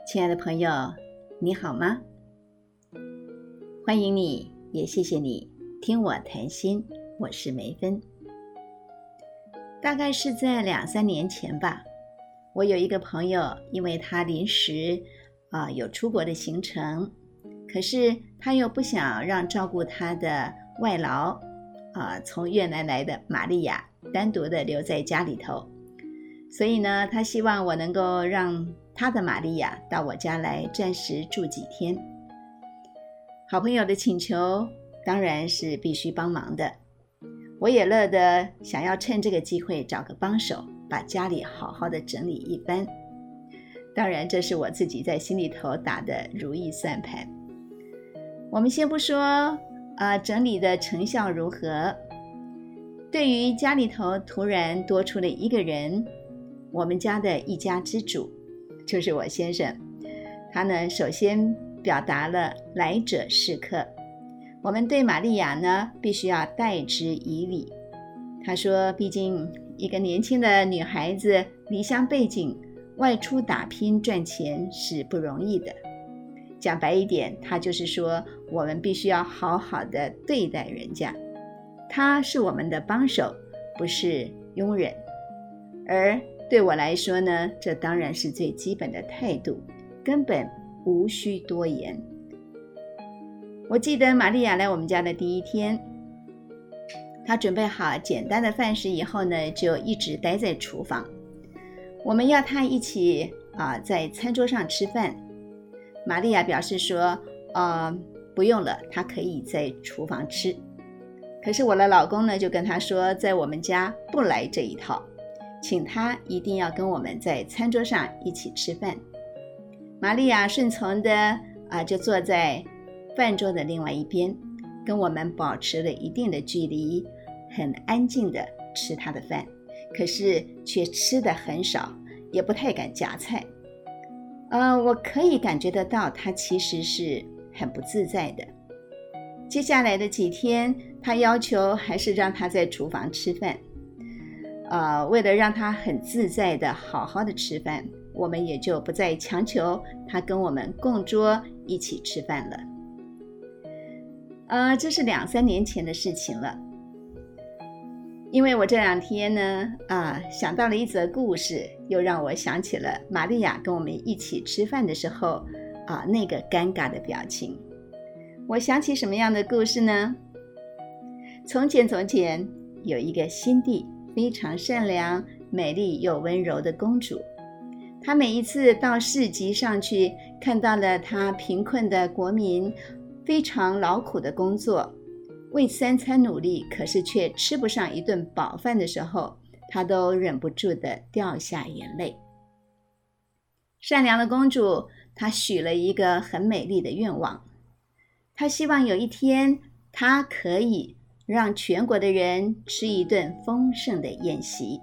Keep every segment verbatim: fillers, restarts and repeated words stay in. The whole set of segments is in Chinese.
亲爱的朋友，你好吗？欢迎你，也谢谢你听我谈心，我是梅芬。大概是在两三年前吧，我有一个朋友，因为他临时、呃、有出国的行程，可是他又不想让照顾他的外劳、呃、从越南来的玛利亚单独的留在家里头，所以呢，他希望我能够让他的玛利亚到我家来暂时住几天。好朋友的请求当然是必须帮忙的，我也乐得想要趁这个机会找个帮手，把家里好好的整理一番。当然这是我自己在心里头打的如意算盘。我们先不说、呃、整理的成效如何，对于家里头突然多出了一个人，我们家的一家之主就是我先生，他呢首先表达了来者是客，我们对玛利亚呢必须要待之以礼。他说毕竟一个年轻的女孩子离乡背井外出打拼赚钱是不容易的，讲白一点，他就是说我们必须要好好的对待人家，他是我们的帮手，不是佣人。而对我来说呢，这当然是最基本的态度，根本无需多言。我记得玛利亚来我们家的第一天，她准备好简单的饭食以后呢，就一直待在厨房。我们要她一起、呃、在餐桌上吃饭，玛利亚表示说呃，不用了，她可以在厨房吃。可是我的老公呢，就跟她说，在我们家不来这一套，请她一定要跟我们在餐桌上一起吃饭。玛利亚顺从的、呃、就坐在饭桌的另外一边，跟我们保持了一定的距离，很安静的吃她的饭，可是却吃得很少，也不太敢夹菜。呃，我可以感觉得到她其实是很不自在的。接下来的几天，她要求还是让她在厨房吃饭。呃，为了让她很自在的好好的吃饭，我们也就不再强求她跟我们共桌一起吃饭了。呃，这是两三年前的事情了。因为我这两天呢，啊，想到了一则故事，又让我想起了玛利亚跟我们一起吃饭的时候，啊，那个尴尬的表情。我想起什么样的故事呢？从前从前有一个心地非常善良、美丽又温柔的公主，她每一次到市集上去，看到了她贫困的国民非常劳苦的工作，为三餐努力，可是却吃不上一顿饱饭的时候，她都忍不住的掉下眼泪。善良的公主，她许了一个很美丽的愿望，她希望有一天她可以让全国的人吃一顿丰盛的宴席。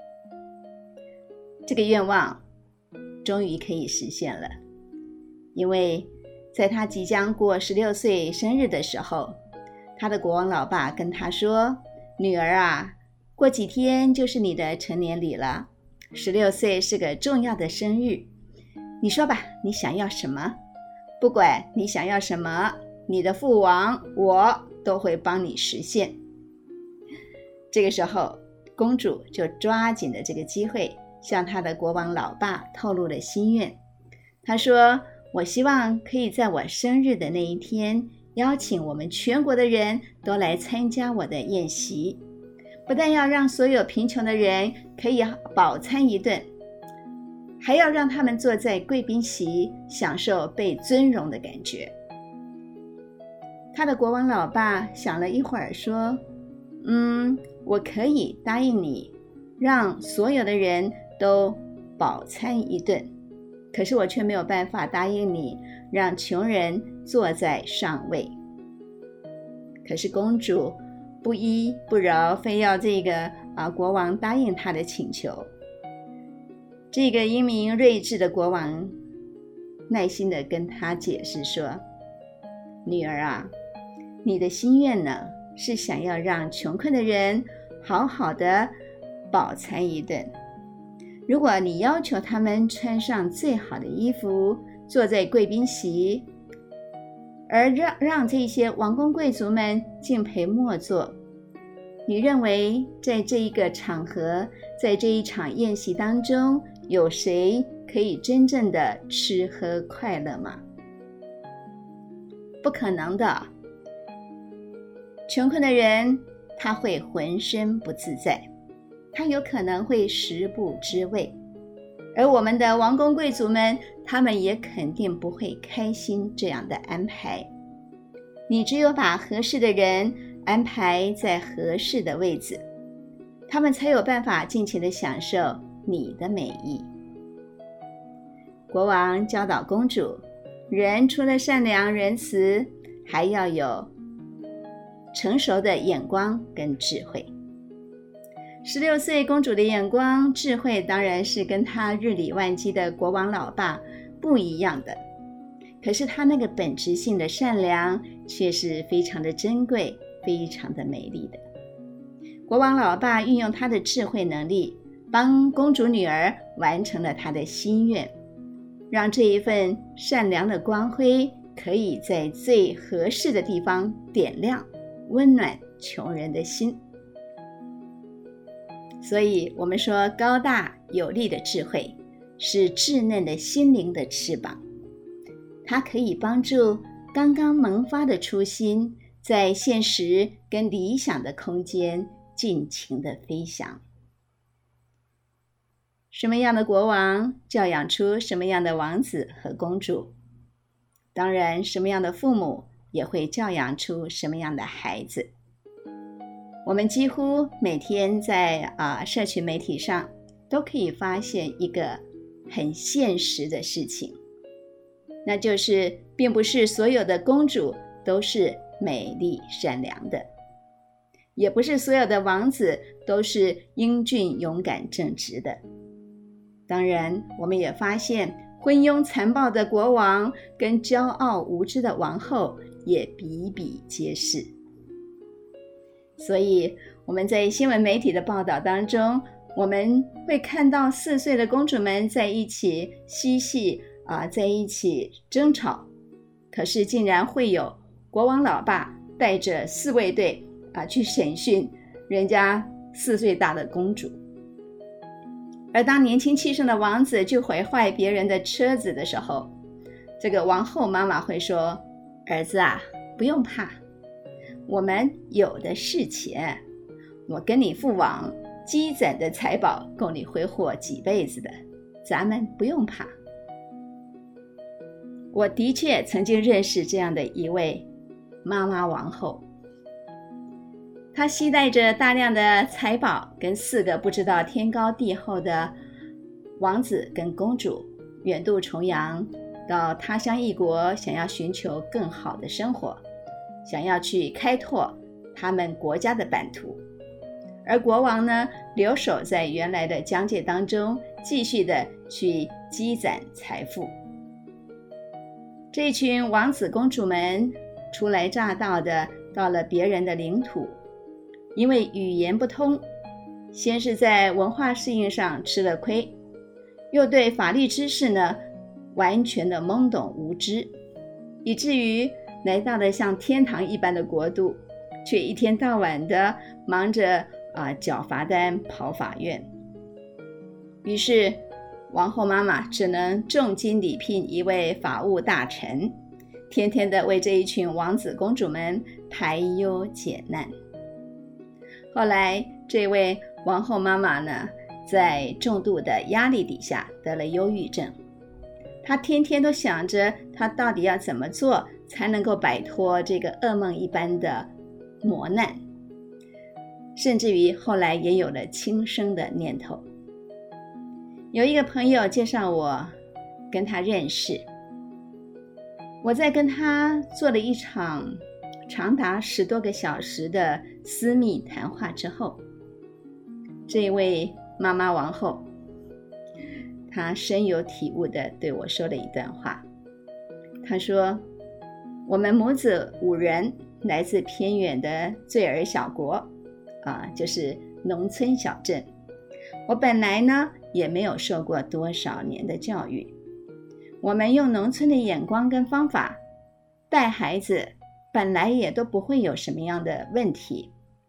这个愿望终于可以实现了，因为在她即将过十六岁生日的时候，她的国王老爸跟她说，女儿啊，过几天就是你的成年礼了，十六岁是个重要的生日，你说吧，你想要什么？不管你想要什么，你的父王我都会帮你实现。这个时候，公主就抓紧了这个机会，向她的国王老爸透露了心愿。她说，我希望可以在我生日的那一天，邀请我们全国的人都来参加我的宴席，不但要让所有贫穷的人可以饱餐一顿，还要让他们坐在贵宾席，享受被尊荣的感觉。他的国王老爸想了一会儿说，嗯，我可以答应你，让所有的人都饱餐一顿，可是我却没有办法答应你，让穷人坐在上位。可是公主不依不饶，非要这个、啊、国王答应她的请求。这个英明睿智的国王耐心地跟她解释说，女儿啊，你的心愿呢，是想要让穷困的人好好的饱餐一顿。如果你要求他们穿上最好的衣服， 坐在贵宾席，而让让这些王公贵族们敬陪末座。你认为在这一个场合，在这一场宴席当中，有谁可以真正的吃喝快乐吗？不可能的。穷困的人，他会浑身不自在，他有可能会食不知味，而我们的王公贵族们，他们也肯定不会开心这样的安排。你只有把合适的人安排在合适的位置，他们才有办法尽情地享受你的美意。国王教导公主，人除了善良仁慈，还要有成熟的眼光跟智慧。十六岁公主的眼光智慧当然是跟她日理万机的国王老爸不一样的，可是她那个本质性的善良却是非常的珍贵，非常的美丽的。国王老爸运用他的智慧能力，帮公主女儿完成了她的心愿，让这一份善良的光辉可以在最合适的地方点亮，温暖穷人的心。所以我们说，高大有力的智慧是稚嫩的心灵的翅膀，它可以帮助刚刚萌发的初心，在现实跟理想的空间尽情的飞翔。什么样的国王教养出什么样的王子和公主，当然什么样的父母也会教养出什么样的孩子。我们几乎每天在、呃、社群媒体上都可以发现一个很现实的事情，那就是并不是所有的公主都是美丽善良的，也不是所有的王子都是英俊勇敢正直的。当然我们也发现昏庸残暴的国王跟骄傲无知的王后也比比皆是。所以我们在新闻媒体的报道当中，我们会看到四岁的公主们在一起嬉戏、呃、在一起争吵，可是竟然会有国王老爸带着侍卫队、呃、去审讯人家四岁大的公主。而当年轻气盛的王子去毁坏别人的车子的时候，这个王后妈妈会说，儿子啊，不用怕，我们有的是钱，我跟你父王积攒的财宝够你挥霍几辈子的，咱们不用怕。我的确曾经认识这样的一位妈妈王后，她携带着大量的财宝跟四个不知道天高地厚的王子跟公主远渡重洋到他乡异国，想要寻求更好的生活，想要去开拓他们国家的版图。而国王呢，留守在原来的疆界当中，继续的去积攒财富。这群王子公主们初来乍到的到了别人的领土，因为语言不通，先是在文化适应上吃了亏，又对法律知识呢完全的懵懂无知，以至于来到了像天堂一般的国度，却一天到晚的忙着啊缴罚单跑法院。于是王后妈妈只能重金礼聘一位法务大臣，天天的为这一群王子公主们排忧解难。后来这位王后妈妈呢，在重度的压力底下得了忧郁症，她天天都想着她到底要怎么做才能够摆脱这个噩梦一般的磨难，甚至于后来也有了轻生的念头。有一个朋友介绍我跟他认识，我在跟他做了一场长达十多个小时的私密谈话之后，这位妈妈王后她深有体悟地对我说了一段话。她说，我们母子五人来自偏远的罪儿小国啊，就是农村小镇。我本来呢也没有受过多少年的教育， 我们用农村的眼光跟方法带孩子，本来也都不会有什么样的问题，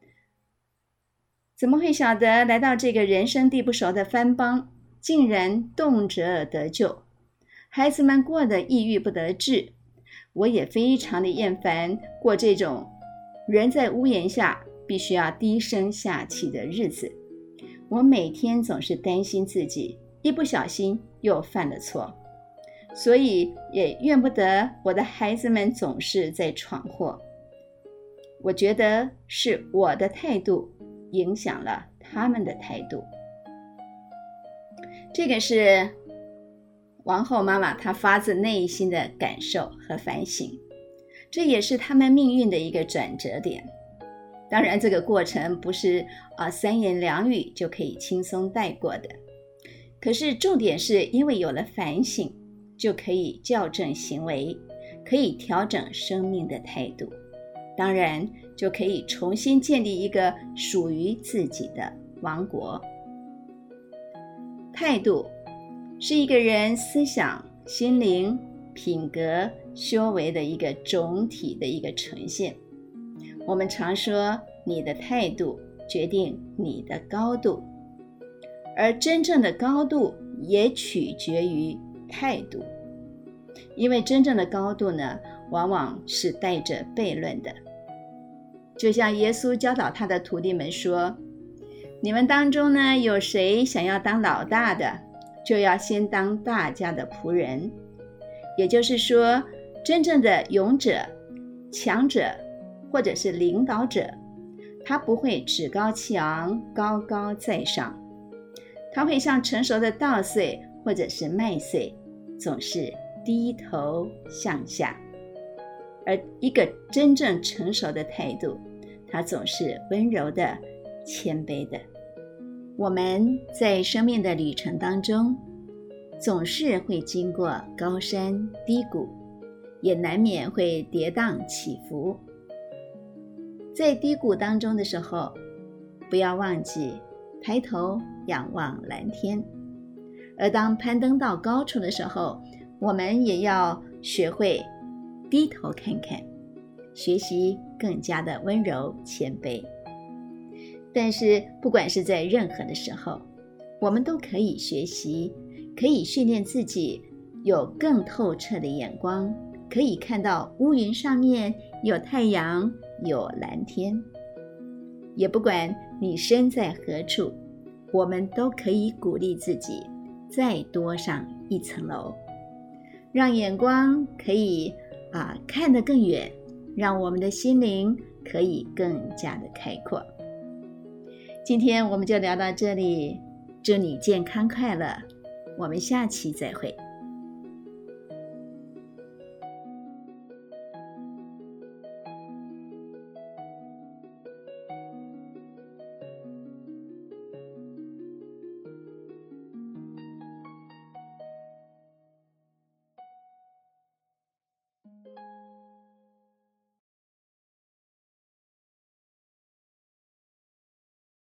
怎么会晓得来到这个人生地不熟的番邦，竟然动辄得救，孩子们过得抑郁不得志。我也非常的厌烦过这种人在屋檐下必须要低声下气的日子。我每天总是担心自己一不小心又犯了错，所以也怨不得我的孩子们总是在闯祸。我觉得是我的态度影响了他们的态度。这个是王后妈妈她发自内心的感受和反省，这也是他们命运的一个转折点。当然这个过程不是、呃、三言两语就可以轻松带过的，可是重点是因为有了反省，就可以校正行为，可以调整生命的态度，当然就可以重新建立一个属于自己的王国。态度是一个人思想、心灵、品格、修为的一个总体的一个呈现。我们常说，你的态度决定你的高度，而真正的高度也取决于态度。因为真正的高度呢，往往是带着悖论的。就像耶稣教导他的徒弟们说，你们当中呢，有谁想要当老大的，就要先当大家的仆人。也就是说，真正的勇者、强者或者是领导者，他不会趾高气昂、高高在上，他会像成熟的稻穗或者是麦穗，总是低头向下。而一个真正成熟的态度，他总是温柔的、谦卑的。我们在生命的旅程当中，总是会经过高山低谷，也难免会跌宕起伏。在低谷当中的时候，不要忘记抬头仰望蓝天，而当攀登到高处的时候，我们也要学会低头看看，学习更加的温柔谦卑。但是不管是在任何的时候，我们都可以学习，可以训练自己有更透彻的眼光，可以看到乌云上面有太阳，有蓝天。也不管你身在何处，我们都可以鼓励自己再多上一层楼，让眼光可以、啊、看得更远，让我们的心灵可以更加的开阔。今天我们就聊到这里，祝你健康快乐，我们下期再会。